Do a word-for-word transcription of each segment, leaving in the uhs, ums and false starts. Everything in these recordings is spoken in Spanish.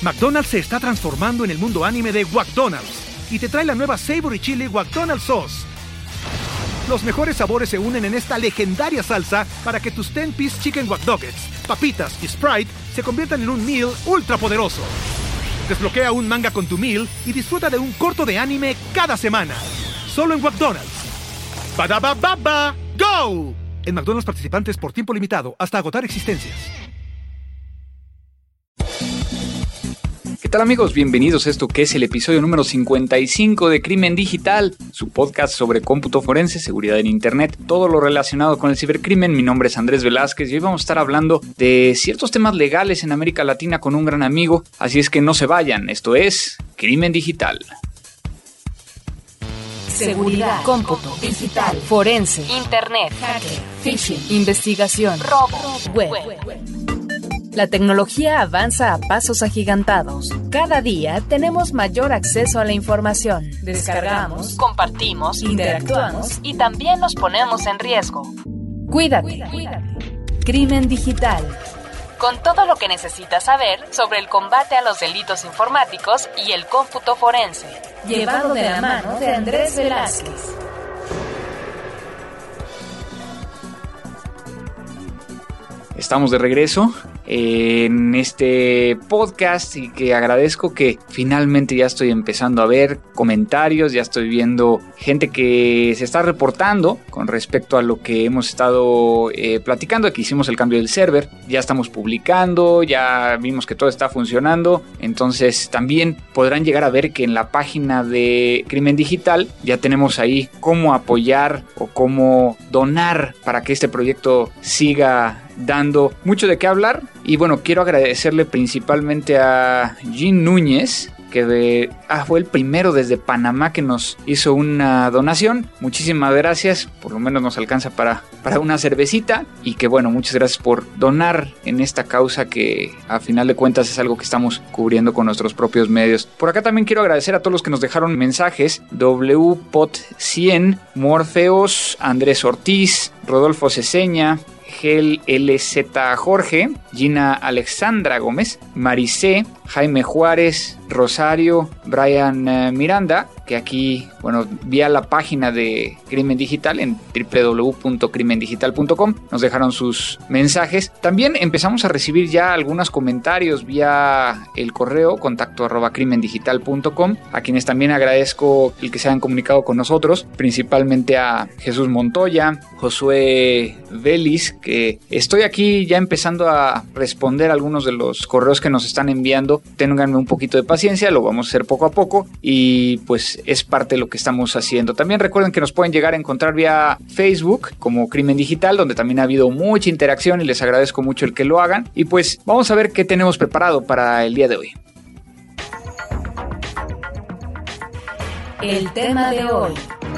McDonald's se está transformando en el mundo anime de WackDonald's y te trae la nueva Savory Chili WackDonald's Sauce. Los mejores sabores se unen en esta legendaria salsa para que tus ten-piece chicken wack nuggets, papitas y Sprite se conviertan en un meal ultra poderoso. Desbloquea un manga con tu meal y disfruta de un corto de anime cada semana. Solo en WackDonald's. ¡Badabababa! ¡Go! En McDonald's participantes por tiempo limitado hasta agotar existencias. ¿Qué tal, amigos? Bienvenidos a esto que es el episodio número cincuenta y cinco de Crimen Digital, su podcast sobre cómputo forense, seguridad en internet, todo lo relacionado con el cibercrimen. Mi nombre es Andrés Velázquez y hoy vamos a estar hablando de ciertos temas legales en América Latina con un gran amigo, así es que no se vayan, esto es Crimen Digital. Seguridad, cómputo, digital, forense, internet, hacker, phishing, investigación, robo, web. La tecnología avanza a pasos agigantados. Cada día tenemos mayor acceso a la información. Descargamos, compartimos, interactuamos y también nos ponemos en riesgo. Cuídate. Crimen Digital. Con todo lo que necesitas saber sobre el combate a los delitos informáticos y el cómputo forense. Llevado de la mano de Andrés Velázquez. Estamos de regreso en este podcast y que agradezco que finalmente ya estoy empezando a ver comentarios, ya estoy viendo gente que se está reportando con respecto a lo que hemos estado eh, platicando, que hicimos el cambio del server, ya estamos publicando, ya vimos que todo está funcionando, entonces también podrán llegar a ver que en la página de Crimen Digital ya tenemos ahí cómo apoyar o cómo donar para que este proyecto siga dando mucho de qué hablar. Y bueno, quiero agradecerle principalmente a Jean Núñez, que de, ah, fue el primero desde Panamá que nos hizo una donación. Muchísimas gracias, por lo menos nos alcanza para, para una cervecita. Y que bueno, muchas gracias por donar en esta causa que a final de cuentas es algo que estamos cubriendo con nuestros propios medios. Por acá también quiero agradecer a todos los que nos dejaron mensajes: W P O T cien, Morfeos, Andrés Ortiz, Rodolfo Ceseña, Gel L Z Jorge, Gina Alexandra Gómez, Maricé, Jaime Juárez, Rosario, Brian eh, Miranda, que aquí, bueno, vía la página de Crimen Digital en w w w punto crimen digital punto com nos dejaron sus mensajes. También empezamos a recibir ya algunos comentarios vía el correo contacto arroba crimen digital punto com, a quienes también agradezco el que se hayan comunicado con nosotros, principalmente a Jesús Montoya, Josué Vélez, que estoy aquí ya empezando a responder algunos de los correos que nos están enviando. Ténganme un poquito de paciencia, lo vamos a hacer poco a poco y pues es parte de lo que estamos haciendo. También recuerden que nos pueden llegar a encontrar vía Facebook como Crimen Digital, donde también ha habido mucha interacción y les agradezco mucho el que lo hagan. Y pues vamos a ver qué tenemos preparado para el día de hoy. El tema de hoy.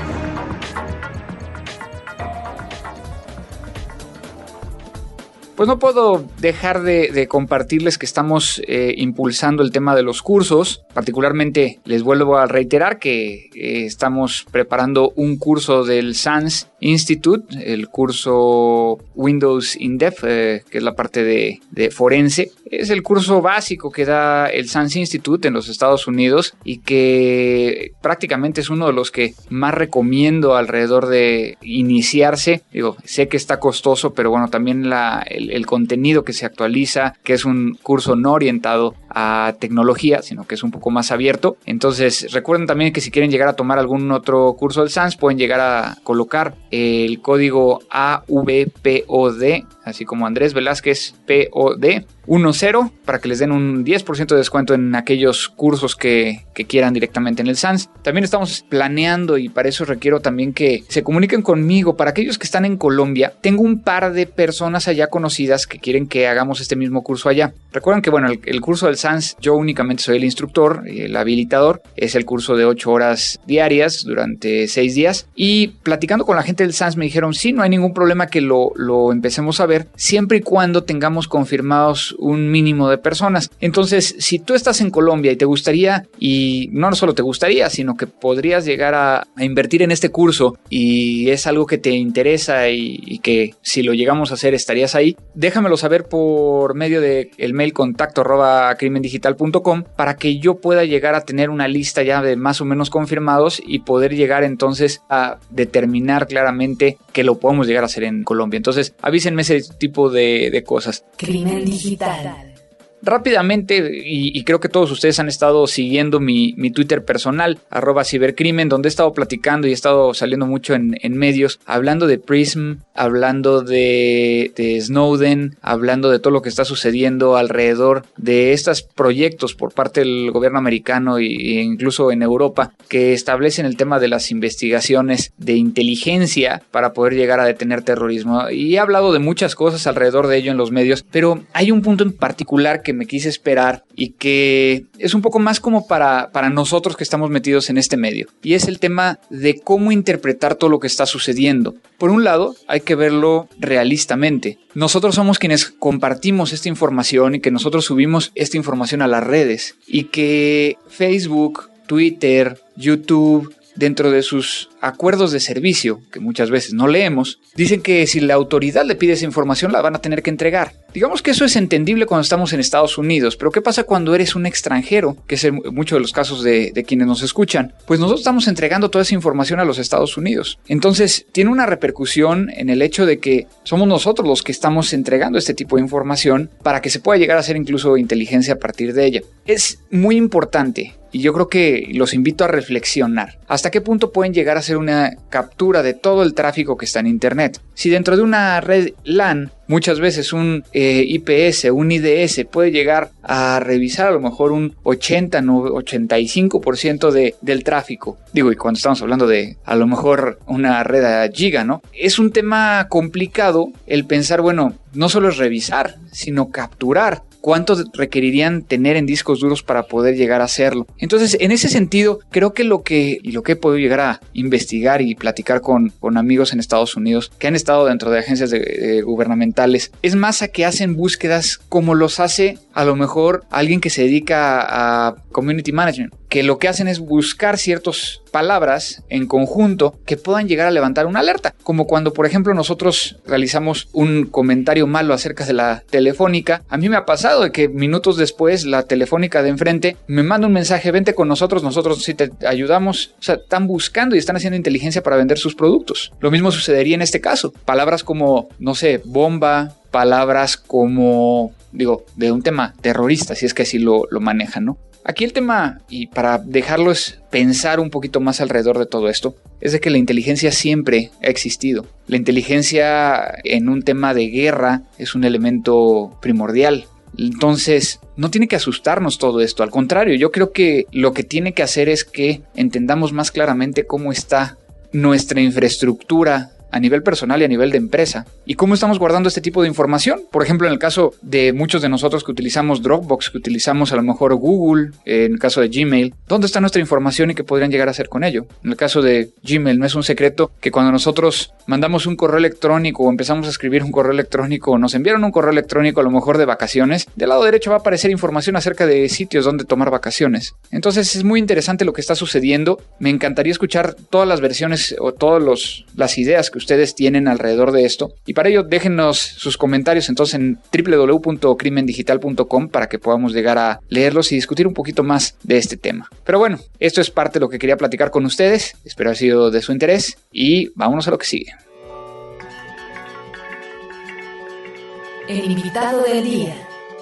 Pues no puedo dejar de, de compartirles que estamos eh, impulsando el tema de los cursos. Particularmente les vuelvo a reiterar que eh, estamos preparando un curso del SANS Institute, el curso Windows In-Depth, eh, que es la parte de, de forense. Es el curso básico que da el SANS Institute en los Estados Unidos y que prácticamente es uno de los que más recomiendo alrededor de iniciarse. Digo, sé que está costoso, pero bueno, también la, el, el contenido que se actualiza, que es un curso no orientado a tecnología, sino que es un poco más abierto. Entonces recuerden también que si quieren llegar a tomar algún otro curso del SANS, pueden llegar a colocar el código A V P O D, así como Andrés Velázquez P O D diez, para que les den un diez por ciento de descuento en aquellos cursos que, que quieran directamente en el SANS. También estamos planeando, y para eso requiero también que se comuniquen conmigo. Para aquellos que están en Colombia, tengo un par de personas allá conocidas que quieren que hagamos este mismo curso allá. Recuerden que bueno, el, el curso del SANS, yo únicamente soy el instructor, el habilitador. Es el curso de ocho horas diarias durante seis días. Y platicando con la gente del SANS me dijeron, sí, no hay ningún problema que lo, lo empecemos a ver, siempre y cuando tengamos confirmados un mínimo de personas. Entonces, si tú estás en Colombia y te gustaría, y no solo te gustaría, sino que podrías llegar a, a invertir en este curso y es algo que te interesa y, y que si lo llegamos a hacer estarías ahí, déjamelo saber por medio de el mail contacto arroba crimen crimen digital punto com para que yo pueda llegar a tener una lista ya de más o menos confirmados y poder llegar entonces a determinar claramente que lo podemos llegar a hacer en Colombia. Entonces avísenme ese tipo de, de cosas. Crimen Digital. Rápidamente, y, y creo que todos ustedes han estado siguiendo mi, mi Twitter personal, arroba cibercrimen, donde he estado platicando y he estado saliendo mucho en, en medios, hablando de Prism, hablando de, de Snowden, hablando de todo lo que está sucediendo alrededor de estos proyectos por parte del gobierno americano e incluso en Europa, que establecen el tema de las investigaciones de inteligencia para poder llegar a detener terrorismo. Y he hablado de muchas cosas alrededor de ello en los medios, pero hay un punto en particular que me quise esperar y que es un poco más como para, para nosotros que estamos metidos en este medio, y es el tema de cómo interpretar todo lo que está sucediendo. Por un lado, hay que verlo realistamente. Nosotros somos quienes compartimos esta información y que nosotros subimos esta información a las redes, y que Facebook, Twitter, YouTube, dentro de sus acuerdos de servicio, que muchas veces no leemos, dicen que si la autoridad le pide esa información la van a tener que entregar. Digamos que eso es entendible cuando estamos en Estados Unidos, pero ¿qué pasa cuando eres un extranjero? Que es en muchos de los casos de, de quienes nos escuchan. Pues nosotros estamos entregando toda esa información a los Estados Unidos. Entonces tiene una repercusión en el hecho de que somos nosotros los que estamos entregando este tipo de información para que se pueda llegar a hacer incluso inteligencia a partir de ella. Es muy importante. Y yo creo que los invito a reflexionar. ¿Hasta qué punto pueden llegar a hacer una captura de todo el tráfico que está en Internet? Si dentro de una red LAN, muchas veces un eh, I P S, un I D S puede llegar a revisar a lo mejor un ochenta, ochenta y cinco por ciento de, del tráfico. Digo, y cuando estamos hablando de a lo mejor una red a giga, ¿no? Es un tema complicado el pensar, bueno, no solo es revisar, sino capturar. ¿Cuánto requerirían tener en discos duros para poder llegar a hacerlo? Entonces, en ese sentido, creo que lo que, y lo que he podido llegar a investigar y platicar con, con amigos en Estados Unidos que han estado dentro de agencias de, de gubernamentales, es más a que hacen búsquedas como los hace a lo mejor alguien que se dedica a, a community management, que lo que hacen es buscar ciertas palabras en conjunto que puedan llegar a levantar una alerta, como cuando por ejemplo nosotros realizamos un comentario malo acerca de la telefónica. A mí me ha pasado de que minutos después la telefónica de enfrente me manda un mensaje: vente con nosotros, nosotros sí te ayudamos. O sea, están buscando y están haciendo inteligencia para vender sus productos. Lo mismo sucedería en este caso. Palabras como, no sé, bomba, palabras como, digo, de un tema terrorista, si es que así lo, lo manejan, ¿no? Aquí el tema, y para dejarlo es pensar un poquito más alrededor de todo esto, es de que la inteligencia siempre ha existido. La inteligencia en un tema de guerra es un elemento primordial. Entonces, no tiene que asustarnos todo esto. Al contrario, yo creo que lo que tiene que hacer es que entendamos más claramente cómo está nuestra infraestructura a nivel personal y a nivel de empresa, y cómo estamos guardando este tipo de información. Por ejemplo, en el caso de muchos de nosotros que utilizamos Dropbox, que utilizamos a lo mejor Google, en el caso de Gmail, ¿dónde está nuestra información y qué podrían llegar a hacer con ello? En el caso de Gmail, no es un secreto que cuando nosotros mandamos un correo electrónico o empezamos a escribir un correo electrónico o nos enviaron un correo electrónico a lo mejor de vacaciones, del lado derecho va a aparecer información acerca de sitios donde tomar vacaciones. Entonces es muy interesante lo que está sucediendo. Me encantaría escuchar todas las versiones o todas los, las ideas que ustedes tienen alrededor de esto, y para ello déjennos sus comentarios entonces en doble u doble u doble u punto crimen digital punto com para que podamos llegar a leerlos y discutir un poquito más de este tema. Pero bueno, esto es parte de lo que quería platicar con ustedes. Espero haya sido de su interés y vámonos a lo que sigue. El invitado del día.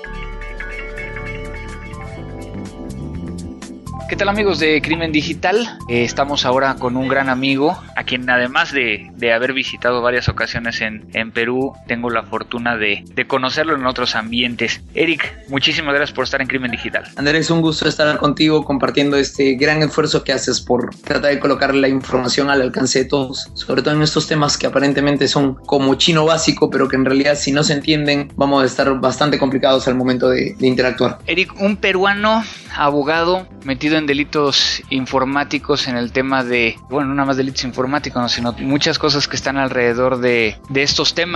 ¿Qué tal, amigos de Crimen Digital? Eh, estamos ahora con un gran amigo, a quien además de, de haber visitado varias ocasiones en, en Perú, tengo la fortuna de, de conocerlo en otros ambientes. Eric, muchísimas gracias por estar en Crimen Digital. Andrés, un gusto estar contigo compartiendo este gran esfuerzo que haces por tratar de colocar la información al alcance de todos, sobre todo en estos temas que aparentemente son como chino básico, pero que en realidad si no se entienden vamos a estar bastante complicados al momento de, de interactuar. Eric, un peruano, abogado, metido en delitos informáticos, en el tema de, bueno, no nada más delitos informáticos, no, sino muchas cosas que están alrededor de, de estos temas.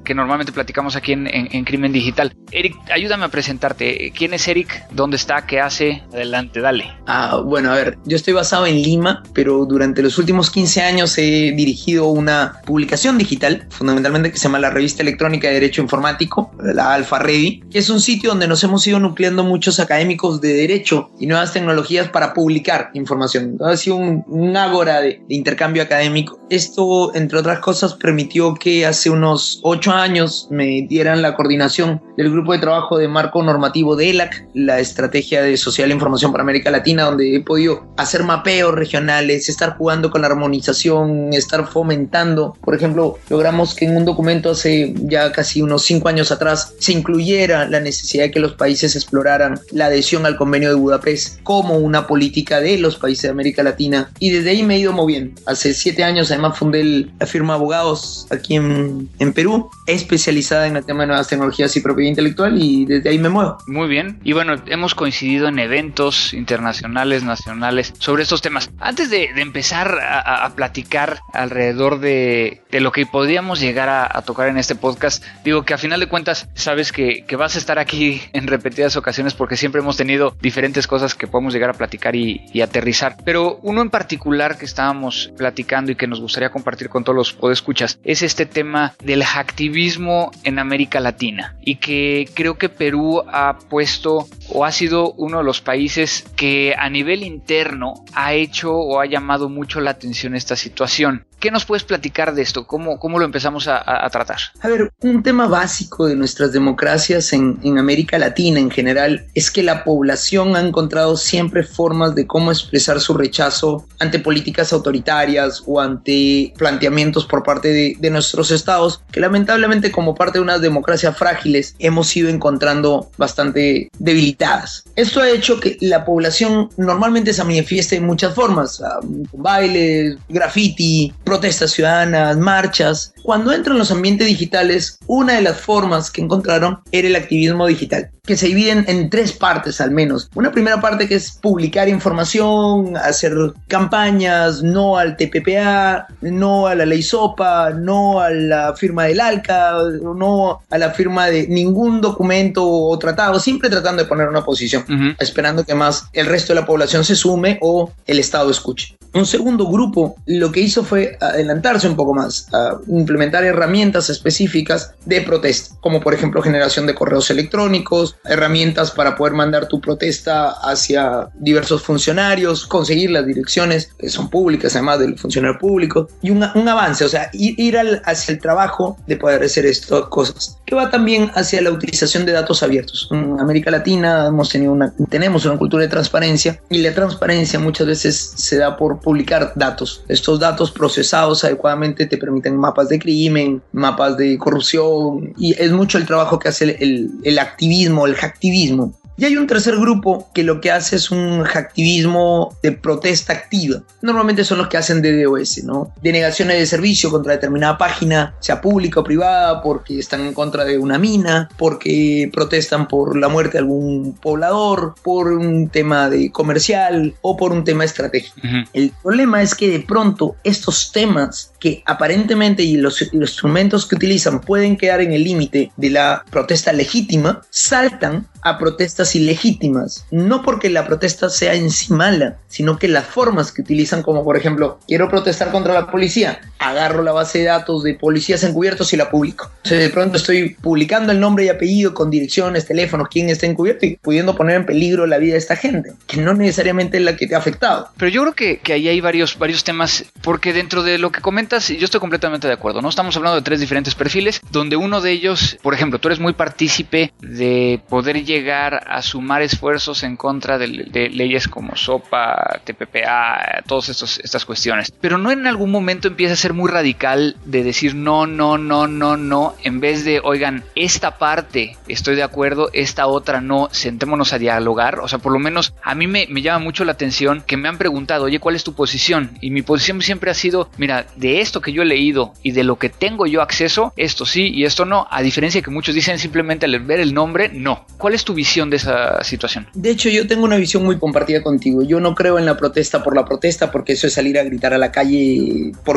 que normalmente platicamos aquí en, en, en Crimen Digital. Eric, ayúdame a presentarte. ¿Quién es Eric? ¿Dónde está? ¿Qué hace? Adelante, dale. Ah, bueno, a ver, yo estoy basado en Lima, pero durante los últimos quince años he dirigido una publicación digital, fundamentalmente que se llama la Revista Electrónica de Derecho Informático, la Alfa Revi, que es un sitio donde nos hemos ido nucleando muchos académicos de Derecho y nuevas tecnologías para publicar información. Ha sido un, un ágora de, de intercambio académico. Esto, entre otras cosas, permitió que hace unos ocho años me dieran la coordinación del grupo de trabajo de marco normativo de E L A C, la Estrategia de Social e Información para América Latina, donde he podido hacer mapeos regionales, estar jugando con la armonización, estar fomentando. Por ejemplo, logramos que en un documento hace ya casi unos cinco años atrás se incluyera la necesidad de que los países exploraran la adhesión al Convenio de Budapest como una política de los países de América Latina, y desde ahí me he ido moviendo. Hace siete años además fundé el, la firma Abogados aquí en, en Perú, especializada en el tema de nuevas tecnologías y propiedad intelectual, y desde ahí me muevo. Muy bien, y bueno, hemos coincidido en eventos internacionales, nacionales, sobre estos temas. Antes de, de empezar a, a platicar alrededor de, de lo que podríamos llegar a, a tocar en este podcast, digo que a final de cuentas sabes que, que vas a estar aquí en repetidas ocasiones porque siempre hemos tenido diferentes cosas que podemos llegar a platicar y, y aterrizar, pero uno en particular que estábamos platicando y que nos gustaría compartir con todos los podescuchas es este tema del hacktivismo en América Latina, y que creo que Perú ha puesto o ha sido uno de los países que a nivel interno ha hecho o ha llamado mucho la atención esta situación. ¿Qué nos puedes platicar de esto? ¿Cómo, cómo lo empezamos a, a, a tratar? A ver, un tema básico de nuestras democracias en, en América Latina en general es que la población ha encontrado siempre formas de cómo expresar su rechazo ante políticas autoritarias o ante planteamientos por parte de, de nuestros estados, que lamentablemente, como parte de unas democracias frágiles, hemos ido encontrando bastante debilitadas. Esto ha hecho que la población normalmente se manifieste en muchas formas, con bailes, graffiti, protestas ciudadanas, marchas. Cuando entran los ambientes digitales, una de las formas que encontraron era el activismo digital, que se dividen en tres partes al menos. Una primera parte que es publicar información, hacer campañas, no al T P P A, no a la ley SOPA, no a la firma del ALCA, no a la firma de ningún documento o tratado, siempre tratando de poner una posición, uh-huh. esperando que más el resto de la población se sume o el Estado escuche. Un segundo grupo lo que hizo fue adelantarse un poco más, a implementar herramientas específicas de protesta, como por ejemplo generación de correos electrónicos, herramientas para poder mandar tu protesta hacia diversos funcionarios, conseguir las direcciones que son públicas además del funcionario público, y un, un avance, o sea, ir, ir al, hacia el trabajo de poder hacer estas cosas, que va también hacia la utilización de datos abiertos. En América Latina hemos tenido una, tenemos una cultura de transparencia, y la transparencia muchas veces se da por publicar datos. Estos datos procesados adecuadamente te permiten mapas de crimen, mapas de corrupción, y es mucho el trabajo que hace el, el, el activismo, el hacktivismo. Y hay un tercer grupo que lo que hace es un hacktivismo de protesta activa. Normalmente son los que hacen D DoS, ¿no? Denegaciones de servicio contra determinada página, sea pública o privada, porque están en contra de una mina, porque protestan por la muerte de algún poblador, por un tema de comercial o por un tema estratégico. Uh-huh. El problema es que de pronto estos temas que aparentemente y los, los instrumentos que utilizan pueden quedar en el límite de la protesta legítima, saltan a protestas ilegítimas, no porque la protesta sea en sí mala, sino que las formas que utilizan, como por ejemplo, quiero protestar contra la policía, agarro la base de datos de policías encubiertos y la publico. O sea, de pronto estoy publicando el nombre y apellido con direcciones, teléfonos, quién está encubierto, y pudiendo poner en peligro la vida de esta gente, que no necesariamente es la que te ha afectado. Pero yo creo que, que ahí hay varios, varios temas, porque dentro de lo que comentas, yo estoy completamente de acuerdo, ¿no? Estamos hablando de tres diferentes perfiles, donde uno de ellos, por ejemplo, tú eres muy partícipe de poder llegar a sumar esfuerzos en contra de, de leyes como SOPA, T P P A, todas estas cuestiones. Pero no en algún momento empieza a ser muy radical de decir no, no, no, no, no, en vez de, oigan, esta parte estoy de acuerdo, esta otra no, sentémonos a dialogar. O sea, por lo menos a mí me, me llama mucho la atención que me han preguntado, oye, ¿cuál es tu posición? Y mi posición siempre ha sido, mira, de esto que yo he leído y de lo que tengo yo acceso, esto sí y esto no, a diferencia de que muchos dicen simplemente al ver el nombre, no. ¿Cuál es tu visión de esa situación? De hecho, yo tengo una visión muy compartida contigo. Yo no creo en la protesta por la protesta, porque eso es salir a gritar a la calle por gritar.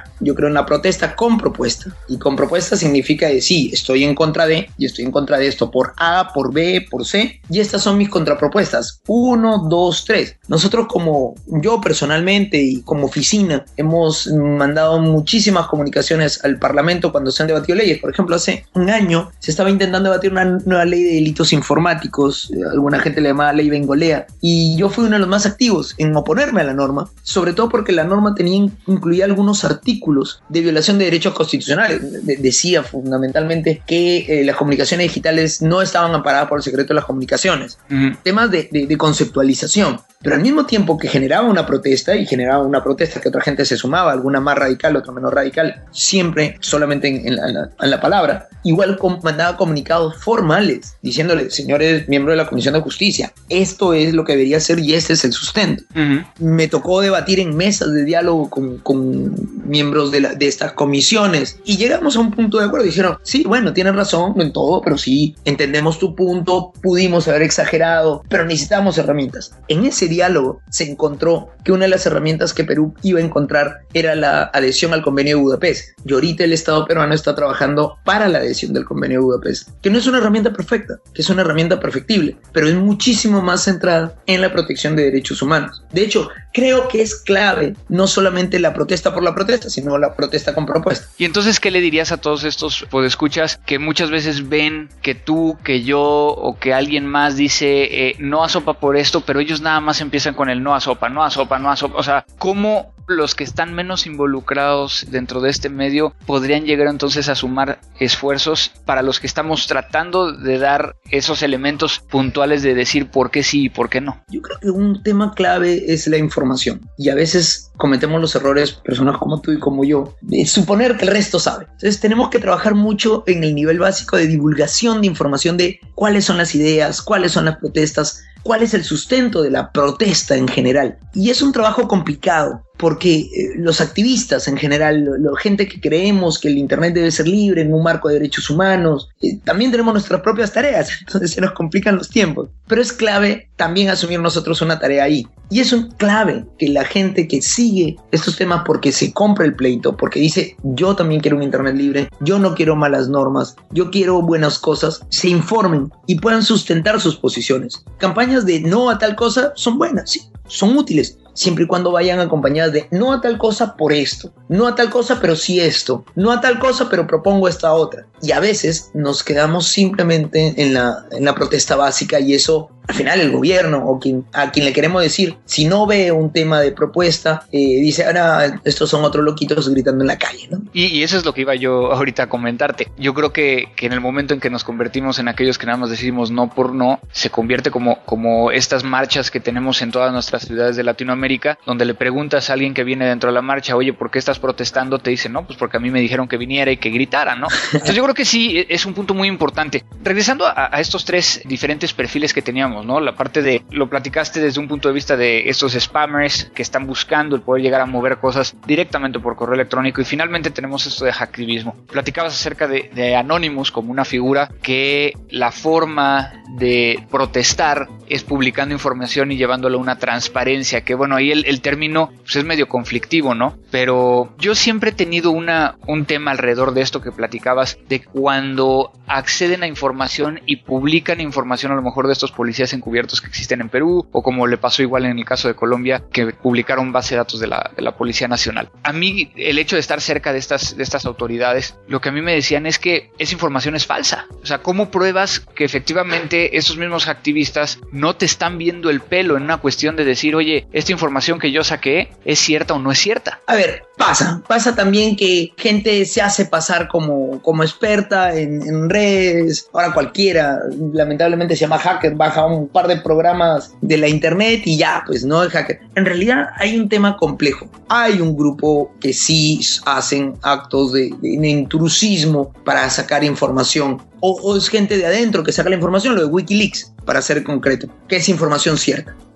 yo creo en la protesta con propuesta. Y con propuesta significa de sí, estoy en contra de, y estoy en contra de esto por A, por B, por C, y estas son mis contrapropuestas. Uno, dos, tres. Nosotros como yo personalmente y como oficina hemos mandado muchísimas comunicaciones al Parlamento cuando se han debatido leyes. Por ejemplo, hace un año se estaba intentando debatir una nueva ley de delitos informáticos, alguna gente le llamaba ley Bengolea, y yo fui uno de los más activos en oponerme a la norma, sobre todo porque la norma tenía, incluía algunos artículos de violación de derechos constitucionales. De, decía fundamentalmente que eh, las comunicaciones digitales no estaban amparadas por el secreto de las comunicaciones. Uh-huh. Temas de, de, de conceptualización. Pero al mismo tiempo que generaba una protesta, y generaba una protesta que otra gente se sumaba, alguna más radical, otra menos radical, siempre solamente en, en, la, en, la, en la palabra, igual com- mandaba comunicados formales, diciéndole, señores miembros de la Comisión de Justicia, esto es lo que debería ser y este es el sustento. Uh-huh. Me tocó debatir en mesas de diálogo con, con miembros de, la, de estas comisiones, y llegamos a un punto de acuerdo. Dijeron, sí, bueno, tienes razón, no en todo, pero sí, entendemos tu punto, pudimos haber exagerado, pero necesitamos herramientas. En ese diálogo se encontró que una de las herramientas que Perú iba a encontrar era la adhesión al Convenio de Budapest. Y ahorita el Estado peruano está trabajando para la adhesión del Convenio de Budapest, que no es una herramienta perfecta, que es una herramienta perfectible, pero es muchísimo más centrada en la protección de derechos humanos. De hecho, creo que es clave no solamente la protesta por la protesta, sino la protesta con propuesta. Y entonces, ¿qué le dirías a todos estos podescuchas que muchas veces ven que tú, que yo o que alguien más dice eh, no a sopa por esto, pero ellos nada más empiezan con el no a sopa, no a sopa, no a sopa? O sea, ¿cómo los que están menos involucrados dentro de este medio podrían llegar entonces a sumar esfuerzos para los que estamos tratando de dar esos elementos puntuales de decir por qué sí y por qué no? Yo creo que un tema clave es la información, y a veces cometemos los errores, personas como tú y como yo, de suponer que el resto sabe. Entonces tenemos que trabajar mucho en el nivel básico de divulgación de información, de cuáles son las ideas, cuáles son las protestas, cuál es el sustento de la protesta en general. Y es un trabajo complicado, porque eh, los activistas en general, la gente que creemos que el internet debe ser libre en un marco de derechos humanos, eh, también tenemos nuestras propias tareas, entonces se nos complican los tiempos. Pero es clave también asumir nosotros una tarea ahí. Y es un clave que la gente que sigue estos temas porque se compra el pleito, porque dice, yo también quiero un internet libre, yo no quiero malas normas, yo quiero buenas cosas, se informen y puedan sustentar sus posiciones. Campañas de no a tal cosa son buenas, sí, son útiles, siempre y cuando vayan acompañadas de no a tal cosa por esto, no a tal cosa pero sí esto, no a tal cosa pero propongo esta otra. Y a veces nos quedamos simplemente en la, en la protesta básica, y eso al final el gobierno o quien, a quien le queremos decir, si no ve un tema de propuesta, eh, dice, ahora estos son otros loquitos gritando en la calle, ¿no? Y, y eso es lo que iba yo ahorita a comentarte. Yo creo que, que en el momento en que nos convertimos en aquellos que nada más decimos no por no, se convierte como, como estas marchas que tenemos en todas nuestras ciudades de Latinoamérica, donde le preguntas a alguien que viene dentro de la marcha, oye, ¿por qué estás protestando? Te dice, no, pues porque a mí me dijeron que viniera y que gritara, ¿no? Entonces yo creo que sí, es un punto muy importante. Regresando a, a estos tres diferentes perfiles que teníamos, ¿no? La parte de, lo platicaste desde un punto de vista de estos spammers que están buscando el poder llegar a mover cosas directamente por correo electrónico, y finalmente tenemos esto de hacktivismo. Platicabas acerca de, de Anonymous como una figura que la forma de protestar es publicando información y llevándolo a una transparencia, que bueno, ahí el, el término pues, es medio conflictivo, ¿no? Pero yo siempre he tenido una, un tema alrededor de esto que platicabas, de cuando acceden a información y publican información a lo mejor de estos policías encubiertos que existen en Perú, o como le pasó igual en el caso de Colombia, que publicaron base de datos de la, de la Policía Nacional. A mí, el hecho de estar cerca de estas, de estas autoridades, lo que a mí me decían es que esa información es falsa. O sea, ¿cómo pruebas que efectivamente estos mismos activistas no te están viendo el pelo en una cuestión de decir, oye, esta información que yo saqué es cierta o no es cierta? A ver, pasa, pasa también que gente se hace pasar como, como experta en, en redes. Ahora cualquiera, lamentablemente se llama hacker, baja un par de programas de la internet y ya, pues no es hacker. En realidad hay un tema complejo. Hay un grupo que sí hacen actos de, de, de intrusismo para sacar información. O, o es gente de adentro que saca la información, lo de Wikileaks, para ser concreto, que es información cierta.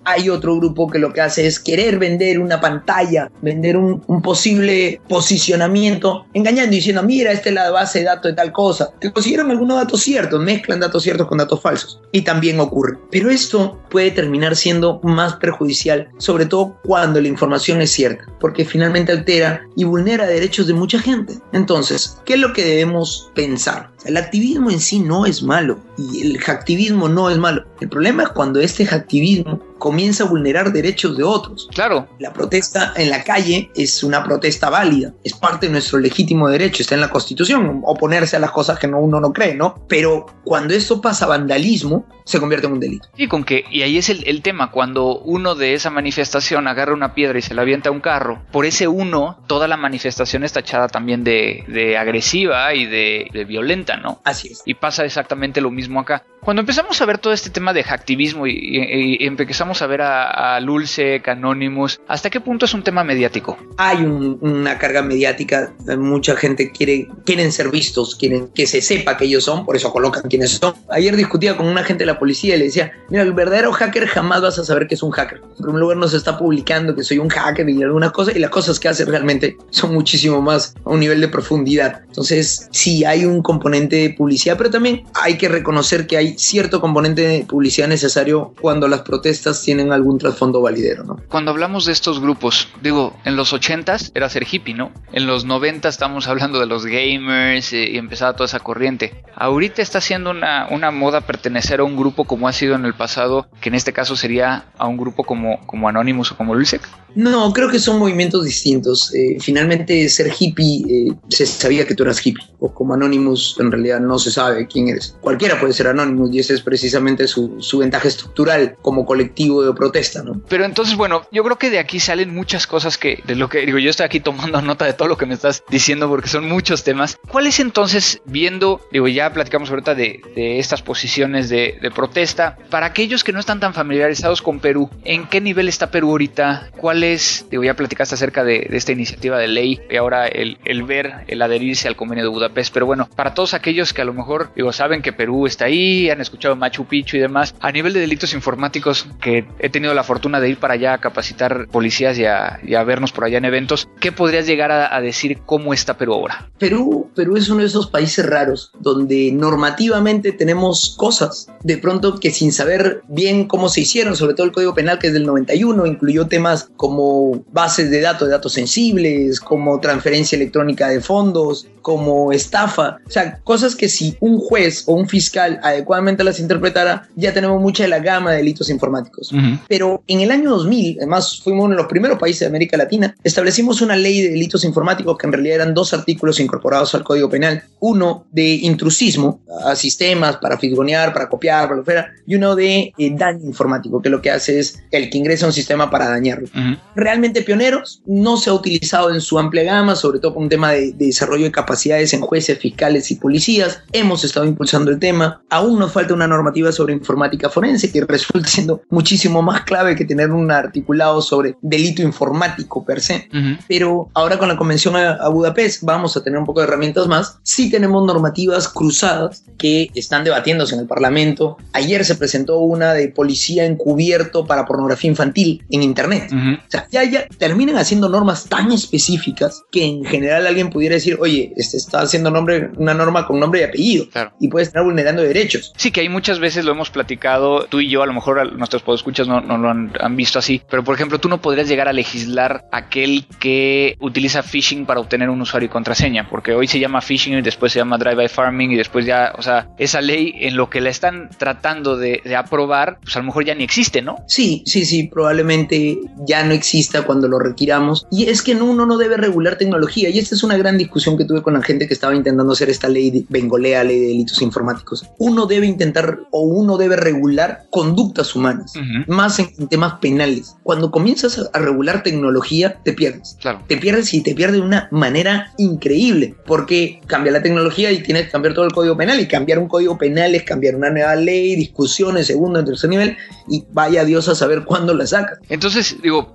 hay otro grupo que lo que hace es querer vender una pantalla, vender un, un posible posicionamiento, engañando y diciendo, mira, esta es la base de datos de tal cosa, que consiguieron algunos datos ciertos, mezclan datos ciertos con datos falsos, y también ocurre. Pero esto puede terminar siendo más perjudicial, sobre todo cuando la información es cierta, porque finalmente altera y vulnera derechos de mucha gente. Entonces, ¿qué es lo que debemos pensar? El activismo en sí no es malo, y el hacktivismo no es malo. El problema es cuando este hacktivismo comienza a vulnerar derechos de otros. Claro. La protesta en la calle es una protesta válida, es parte de nuestro legítimo derecho, está en la Constitución, oponerse a las cosas que no, uno no cree, ¿no? Pero cuando esto pasa a vandalismo, se convierte en un delito. Sí, con que, y ahí es el, el tema, cuando uno de esa manifestación agarra una piedra y se la avienta a un carro, por ese uno, toda la manifestación es tachada también de, de agresiva y de, de violenta, ¿no? Así es. Y pasa exactamente lo mismo acá. Cuando empezamos a ver todo este tema de hacktivismo y, y, y empezamos a ver a, a Lulzsec, Anonymous, ¿hasta qué punto es un tema mediático? Hay un, una carga mediática, mucha gente quiere quieren ser vistos, quieren que se sepa que ellos son, por eso colocan quiénes son. Ayer discutía con un agente de la policía y le decía, mira, el verdadero hacker jamás vas a saber que es un hacker. En primer lugar, no se está publicando que soy un hacker y algunas cosas, y las cosas que hace realmente son muchísimo más a un nivel de profundidad. Entonces, sí hay un componente de publicidad, pero también hay que reconocer que hay cierto componente de publicidad necesario cuando las protestas tienen algún trasfondo validero, ¿no? Cuando hablamos de estos grupos, digo, en los ochentas era ser hippie, ¿no? En los noventas estamos hablando de los gamers eh, y empezaba toda esa corriente. Ahorita está siendo una, una moda pertenecer a un grupo como ha sido en el pasado, que en este caso sería a un grupo como, como Anonymous o como Lulzsec. No, creo que son movimientos distintos. Eh, finalmente ser hippie, eh, se sabía que tú eras hippie, o como Anonymous en realidad no se sabe quién eres. Cualquiera puede ser Anonymous y ese es precisamente su, su ventaja estructural como colectivo de protesta, ¿no? Pero entonces, bueno, yo creo que de aquí salen muchas cosas que, de lo que digo, yo estoy aquí tomando nota de todo lo que me estás diciendo porque son muchos temas. ¿Cuál es entonces, viendo, digo, ya platicamos ahorita de, de estas posiciones de, de protesta, para aquellos que no están tan familiarizados con Perú, ¿en qué nivel está Perú ahorita? ¿Cuál es, digo, ya platicaste acerca de, de esta iniciativa de ley y ahora el, el ver, el adherirse al Convenio de Budapest? Pero bueno, para todos aquellos que a lo mejor, digo, saben que Perú está ahí, han escuchado Machu Picchu y demás, a nivel de delitos informáticos, que he tenido la fortuna de ir para allá a capacitar policías y a, y a vernos por allá en eventos, ¿qué podrías llegar a, a decir cómo está Perú ahora? Perú, Perú es uno de esos países raros donde normativamente tenemos cosas de pronto que sin saber bien cómo se hicieron, sobre todo el Código Penal, que es del noventa y uno, incluyó temas como bases de datos, de datos sensibles, como transferencia electrónica de fondos, como estafa, o sea, cosas que si un juez o un fiscal adecuadamente las interpretara, ya tenemos mucha de la gama de delitos informáticos. Uh-huh. Pero en el año dos mil, además fuimos uno de los primeros países de América Latina, establecimos una ley de delitos informáticos que en realidad eran dos artículos incorporados al Código Penal, uno de intrusismo a sistemas para fisgonear, para copiar, para lo fuera, y uno de eh, daño informático, que lo que hace es el que ingresa a un sistema para dañarlo. Uh-huh. Realmente pioneros, no se ha utilizado en su amplia gama, sobre todo por un tema de, de desarrollo de capacidades en jueces, fiscales y policías. Hemos estado impulsando el tema, aún nos falta una normativa sobre informática forense que resulta siendo muchísimo más clave que tener un articulado sobre delito informático per se. Uh-huh. Pero ahora con la convención a, a Budapest vamos a tener un poco de herramientas más. Sí tenemos normativas cruzadas que están debatiéndose en el Parlamento. Ayer se presentó una de policía encubierto para pornografía infantil en internet. Uh-huh. O sea, ya, ya terminan haciendo normas tan específicas que en general alguien pudiera decir, oye, este está haciendo nombre, una norma con nombre y apellido. Claro. Y puede estar vulnerando derechos. Sí, que hay muchas veces lo hemos platicado, tú y yo, a lo mejor nuestros podescuchas no, no lo han, han visto así, pero por ejemplo, tú no podrías llegar a legislar aquel que utiliza phishing para obtener un usuario y contraseña, porque hoy se llama phishing y después se llama drive-by farming y después ya, o sea, esa ley en lo que la están tratando de, de aprobar, pues a lo mejor ya ni existe, ¿no? Sí, sí, sí, probablemente ya no exista cuando lo requiramos. Y es que uno no debe regular tecnología, y esta es una gran discusión que tuve con la gente que estaba intentando hacer esta ley de bengolea, ley de delitos informáticos. Uno debe intentar o uno debe regular conductas humanas, uh-huh. más en, en temas penales. Cuando comienzas a, a regular tecnología, te pierdes. Claro. Te pierdes y te pierdes de una manera increíble, porque cambia la tecnología y tienes que cambiar todo el código penal, y cambiar un código penal es cambiar una nueva ley, discusiones, segundo, en tercer nivel, y vaya Dios a saber cuándo la sacas. Entonces, digo,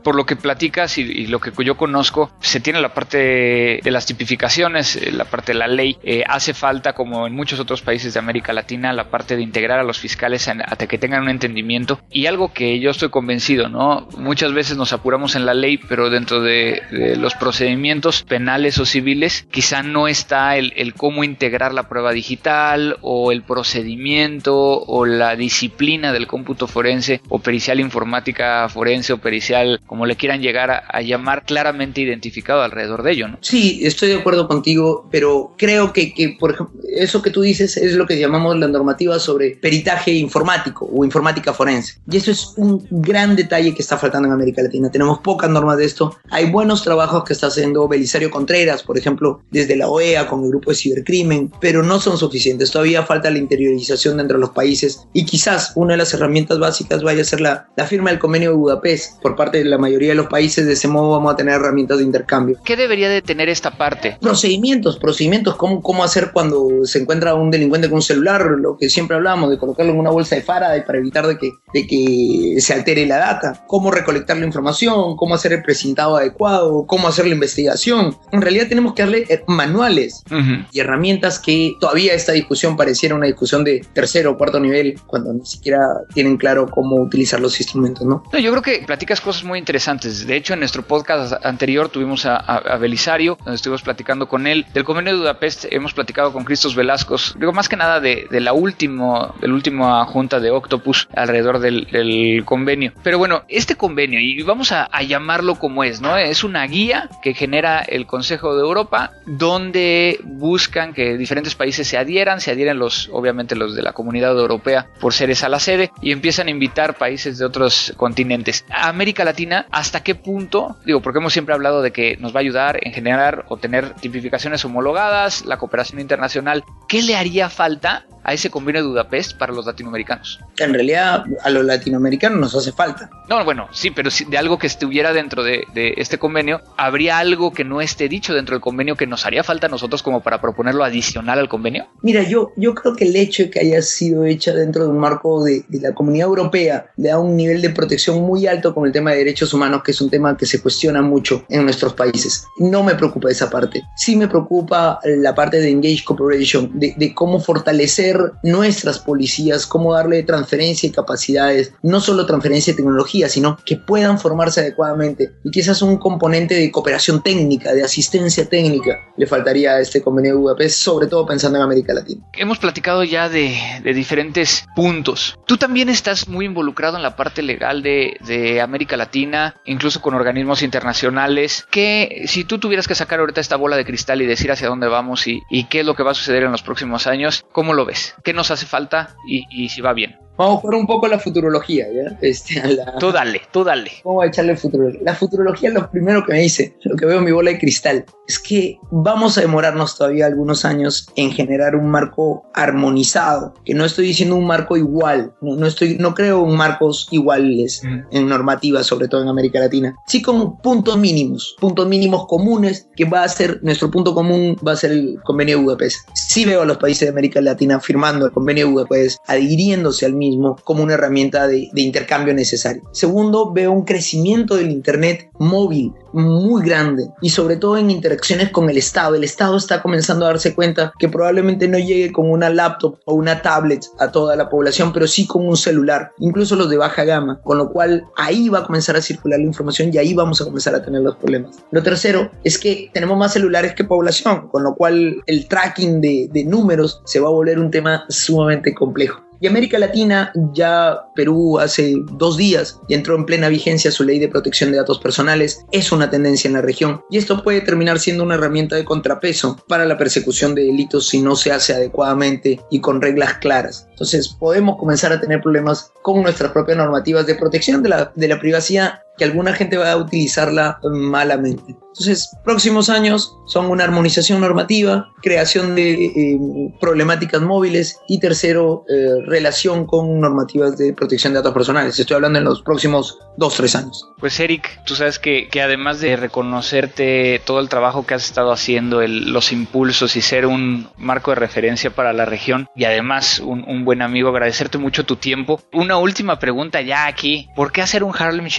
por lo que platicas y, y lo que yo conozco, se tiene la parte de las tipificaciones, la parte de la ley. Eh, hace falta, como en muchos otros países de América Latina, la parte de integrar a los fiscales hasta que tengan un entendimiento. Y algo que yo estoy convencido, ¿no? Muchas veces nos apuramos en la ley, pero dentro de, de los procedimientos penales o civiles, quizá no está el, el cómo integrar la prueba digital o el procedimiento o la disciplina del cómputo forense o pericial informática forense o pericial, como le quieran llegar a, a llamar, claramente identificado alrededor de ello, ¿no? Sí, estoy de acuerdo contigo, pero creo que, que por ejemplo, eso que tú dices es lo que llamamos la normativa sobre peritaje informático o informática forense. Y eso es un gran detalle que está faltando en América Latina. Tenemos pocas normas de esto. Hay buenos trabajos que está haciendo Belisario Contreras, por ejemplo, desde la O E A con el grupo de cibercrimen, pero no son suficientes. Todavía falta la interiorización dentro de los países y quizás una de las herramientas básicas vaya a ser la, la firma del Convenio de Budapest por parte de la mayoría de los países. De ese modo vamos a tener herramientas de intercambio. ¿Qué debería de tener esta parte? Procedimientos, procedimientos, cómo, cómo hacer cuando se encuentra un delincuente con un celular, lo que siempre hablamos, de colocarlo en una bolsa de Faraday para evitar de que, de que se altere la data, cómo recolectar la información, cómo hacer el precintado adecuado, cómo hacer la investigación. En realidad tenemos que darle manuales uh-huh. y herramientas que todavía esta discusión pareciera una discusión de tercero o cuarto nivel, cuando ni siquiera tienen claro cómo utilizar los instrumentos, ¿no? No, yo creo que platicas cosas muy interesantes. De hecho, en nuestro podcast anterior tuvimos a, a, a Belisario, donde estuvimos platicando con él. Del Convenio de Budapest hemos platicado con Christos Velasco, digo, más que nada de, de la última, de la última junta de Octopus alrededor del, del convenio. Pero bueno, este convenio, y vamos a, a llamarlo como es, ¿no? Es una guía que genera el Consejo de Europa, donde buscan que diferentes países se adhieran, se adhieren los, obviamente los de la Comunidad Europea por ser esa la sede, y empiezan a invitar países de otros continentes. América Latina, ¿hasta qué punto? Digo, porque hemos siempre hablado de que nos va a ayudar en generar o tener tipificaciones homologadas, la cooperación internacional. ¿Qué le haría falta a ese convenio de Budapest para los latinoamericanos? En realidad, a los latinoamericanos nos hace falta. No, bueno, sí, pero si de algo que estuviera dentro de, de este convenio, ¿habría algo que no esté dicho dentro del convenio que nos haría falta a nosotros como para proponerlo adicional al convenio? Mira, yo, yo creo que el hecho de que haya sido hecha dentro de un marco de, de la Comunidad Europea le da un nivel de protección muy alto con el tema de derechos humanos, que es un tema que se cuestiona mucho en nuestros países. No me preocupa esa parte. Sí me preocupa la parte de Engage Cooperation, de, de cómo fortalecer nuestras policías, cómo darle transferencia y capacidades, no solo transferencia de tecnología, sino que puedan formarse adecuadamente, y quizás un componente de cooperación técnica, de asistencia técnica, le faltaría a este convenio de Budapest, sobre todo pensando en América Latina. Hemos platicado ya de, de diferentes puntos. Tú también estás muy involucrado en la parte legal de, de América Latina, incluso con organismos internacionales, que si tú tuvieras que sacar ahorita esta bola de cristal y decir hacia dónde vamos y, y qué es lo que va a suceder en los próximos años, ¿cómo lo ves? ¿Qué nos hace falta y, y si va bien? Vamos a jugar un poco a la futurología, ¿ya? Este, a la... Tú dale, tú dale. Vamos a echarle futurología. La futurología es lo primero que me dice, lo que veo en mi bola de cristal, es que vamos a demorarnos todavía algunos años en generar un marco armonizado, que no estoy diciendo un marco igual, no, no, estoy, no creo en marcos iguales mm. en normativa, sobre todo en América Latina, sí con puntos mínimos, puntos mínimos comunes, que va a ser, nuestro punto común va a ser el convenio de Budapest. Sí veo a los países de América Latina firmando el convenio de Budapest, adhiriéndose al mismo como una herramienta de, de intercambio necesario. Segundo, veo un crecimiento del internet móvil muy grande y sobre todo en interacciones con el Estado. El Estado está comenzando a darse cuenta que probablemente no llegue con una laptop o una tablet a toda la población, pero sí con un celular, incluso los de baja gama, con lo cual ahí va a comenzar a circular la información y ahí vamos a comenzar a tener los problemas. Lo tercero es que tenemos más celulares que población, con lo cual el tracking de, de números se va a volver un tema sumamente complejo. Y América Latina, ya Perú hace dos días ya entró en plena vigencia su ley de protección de datos personales, es una tendencia en la región y esto puede terminar siendo una herramienta de contrapeso para la persecución de delitos si no se hace adecuadamente y con reglas claras. Entonces podemos comenzar a tener problemas con nuestras propias normativas de protección de la, de la privacidad, que alguna gente va a utilizarla malamente. Entonces, próximos años son una armonización normativa, creación de eh, problemáticas móviles y tercero, eh, relación con normativas de protección de datos personales. Estoy hablando en los próximos dos, tres años. Pues Eric, tú sabes que, que además de reconocerte todo el trabajo que has estado haciendo, el, los impulsos y ser un marco de referencia para la región y además un, un buen amigo, agradecerte mucho tu tiempo. Una última pregunta ya aquí, ¿por qué hacer un Harlem Shake ahí en tu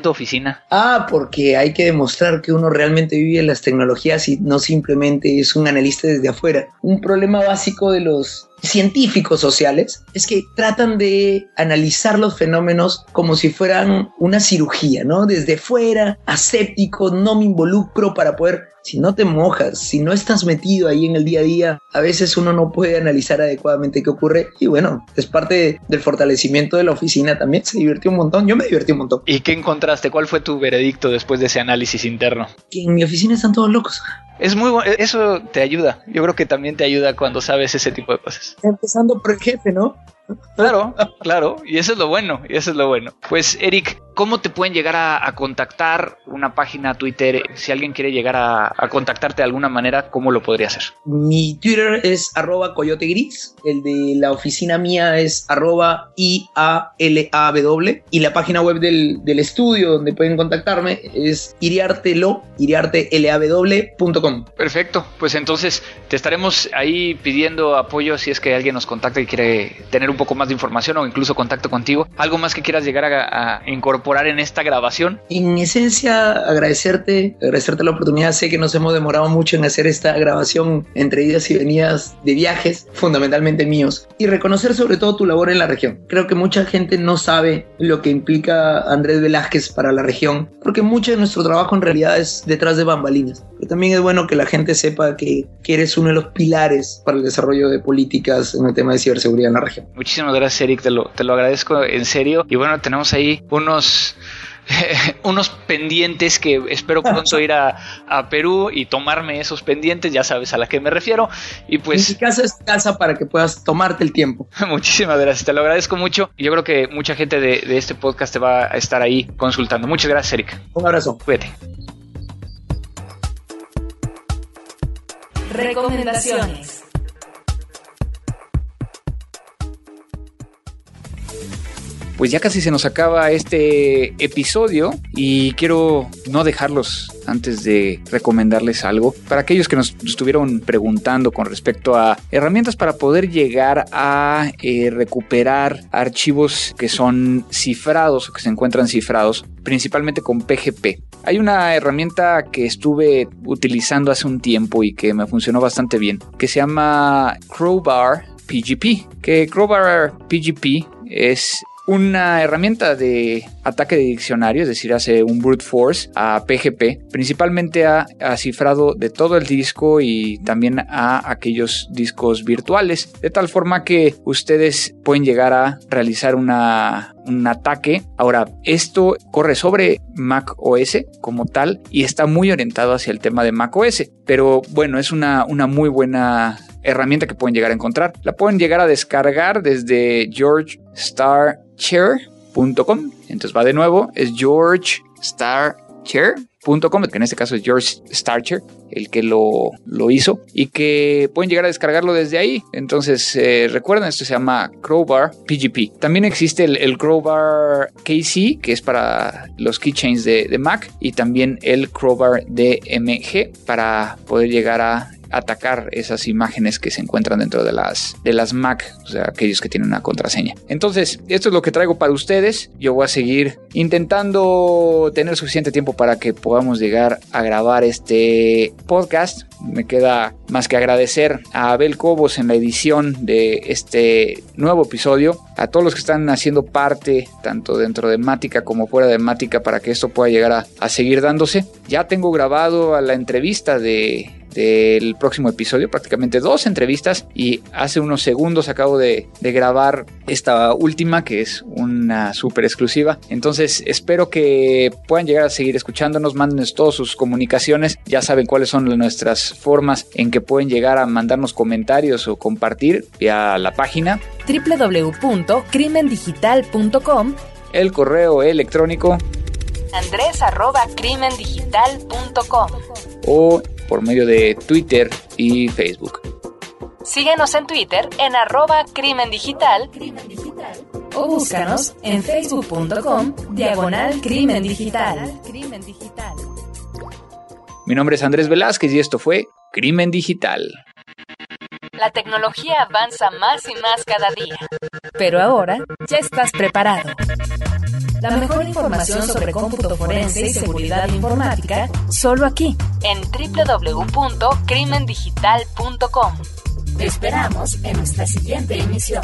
tu oficina? Ah, porque hay que demostrar que uno realmente vive las tecnologías y no simplemente es un analista desde afuera. Un problema básico de los científicos sociales es que tratan de analizar los fenómenos como si fueran una cirugía, ¿no? Desde fuera, aséptico, no me involucro para poder... Si no te mojas, si no estás metido ahí en el día a día, a veces uno no puede analizar adecuadamente qué ocurre. Y bueno, es parte del fortalecimiento de la oficina también. Se divirtió un montón. Yo me divertí un montón. ¿Y qué encontraste? ¿Cuál fue tu veredicto después de ese análisis interno? Que en mi oficina están todos locos. Es muy bueno, eso te ayuda. Yo creo que también te ayuda cuando sabes ese tipo de cosas. Empezando por el jefe, ¿no? Claro, claro, y eso es lo bueno, y eso es lo bueno. Pues Eric, ¿cómo te pueden llegar a, a contactar? Una página, Twitter, si alguien quiere llegar a, a contactarte de alguna manera, ¿cómo lo podría hacer? Mi Twitter es arroba coyote gris, el de la oficina mía es arroba I A L A W y la página web del, del estudio donde pueden contactarme es iriartelo, iriartelaw punto com. Perfecto, pues entonces te estaremos ahí pidiendo apoyo si es que alguien nos contacta y quiere tener un poco más de información o incluso contacto contigo. ¿Algo más que quieras llegar a, a incorporar en esta grabación? En esencia, agradecerte, agradecerte la oportunidad. Sé que nos hemos demorado mucho en hacer esta grabación entre idas y venidas de viajes, fundamentalmente míos, y reconocer sobre todo tu labor en la región. Creo que mucha gente no sabe lo que implica Andrés Velázquez para la región, porque mucho de nuestro trabajo en realidad es detrás de bambalinas. Pero también es bueno que la gente sepa que, que eres uno de los pilares para el desarrollo de políticas en el tema de ciberseguridad en la región. Muchísimas gracias, Eric, te lo, te lo agradezco en serio. Y bueno, tenemos ahí unos... unos pendientes que espero pronto ir a, a Perú y tomarme esos pendientes, ya sabes a la que me refiero. Y pues en mi casa es casa para que puedas tomarte el tiempo. Muchísimas gracias, te lo agradezco mucho. Yo creo que mucha gente de, de este podcast te va a estar ahí consultando. Muchas gracias, Eric. Un abrazo. Cuídate. Recomendaciones. Pues ya casi se nos acaba este episodio y quiero no dejarlos antes de recomendarles algo. Para aquellos que nos estuvieron preguntando con respecto a herramientas para poder llegar a eh, recuperar archivos que son cifrados o que se encuentran cifrados, principalmente con P G P. Hay una herramienta que estuve utilizando hace un tiempo y que me funcionó bastante bien, que se llama Crowbar P G P. Que Crowbar P G P es una herramienta de ataque de diccionario, es decir, hace un brute force a P G P, principalmente a, a cifrado de todo el disco y también a aquellos discos virtuales, de tal forma que ustedes pueden llegar a realizar una, un ataque. Ahora, esto corre sobre Mac O S como tal y está muy orientado hacia el tema de Mac O S, pero bueno, es una, una muy buena herramienta que pueden llegar a encontrar. La pueden llegar a descargar desde george star chair punto com. Entonces va de nuevo, es george star chair punto com, que en este caso es George Starcher el que lo, lo hizo, y que pueden llegar a descargarlo desde ahí. Entonces eh, recuerden, esto se llama Crowbar P G P. También existe el, el Crowbar K C, que es para los keychains de, de Mac, y también el Crowbar D M G para poder llegar a atacar esas imágenes que se encuentran dentro de las, de las Mac, o sea, aquellos que tienen una contraseña. Entonces, esto es lo que traigo para ustedes. Yo voy a seguir intentando tener suficiente tiempo para que podamos llegar a grabar este podcast. Me queda más que agradecer a Abel Cobos en la edición de este nuevo episodio, a todos los que están haciendo parte tanto dentro de Mática como fuera de Mática para que esto pueda llegar a, a seguir dándose. Ya tengo grabado a la entrevista de del próximo episodio, prácticamente dos entrevistas, y hace unos segundos acabo de, de grabar esta última, que es una súper exclusiva. Entonces espero que puedan llegar a seguir escuchándonos, mándenos todas sus comunicaciones, ya saben cuáles son nuestras formas en que pueden llegar a mandarnos comentarios o compartir vía la página doble u doble u doble u punto crimen digital punto com, el correo electrónico andres arroba crimen digital punto com o por medio de Twitter y Facebook. Síguenos en Twitter en arroba crimen digital o búscanos en facebook punto com diagonal crimen digital. Mi nombre es Andrés Velázquez y esto fue Crimen Digital. La tecnología avanza más y más cada día, pero ahora ya estás preparado. La mejor información sobre cómputo forense y seguridad informática, solo aquí, en doble u doble u doble u punto crimen digital punto com. Te esperamos en nuestra siguiente emisión.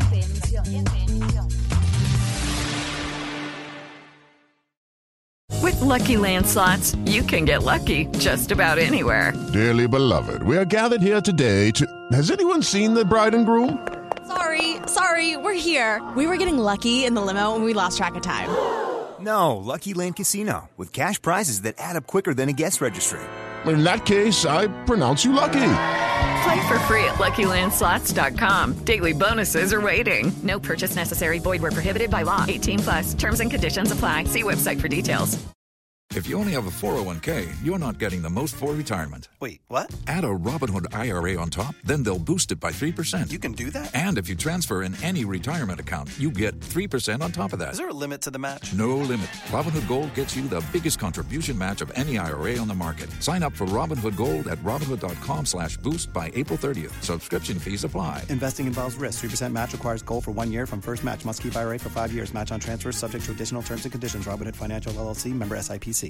With Lucky Land Slots, you can get lucky just about anywhere. Dearly beloved, we are gathered here today to... Has anyone seen the bride and groom? Sorry, sorry, we're here. We were getting lucky in the limo and we lost track of time. No, Lucky Land Casino, with cash prizes that add up quicker than a guest registry. In that case, I pronounce you lucky. Play for free at lucky land slots dot com. Daily bonuses are waiting. No purchase necessary. Void where prohibited by law. eighteen plus. Terms and conditions apply. See website for details. If you only have a four oh one k, you're not getting the most for retirement. Wait, what? Add a Robinhood I R A on top, then they'll boost it by three percent. You can do that? And if you transfer in any retirement account, you get three percent on top of that. Is there a limit to the match? No limit. Robinhood Gold gets you the biggest contribution match of any I R A on the market. Sign up for Robinhood Gold at Robinhood.com slash boost by April thirtieth. Subscription fees apply. Investing involves risk. three percent match requires gold for one year from first match. Must keep I R A for five years. Match on transfers subject to additional terms and conditions. Robinhood Financial L L C. Member S I P C.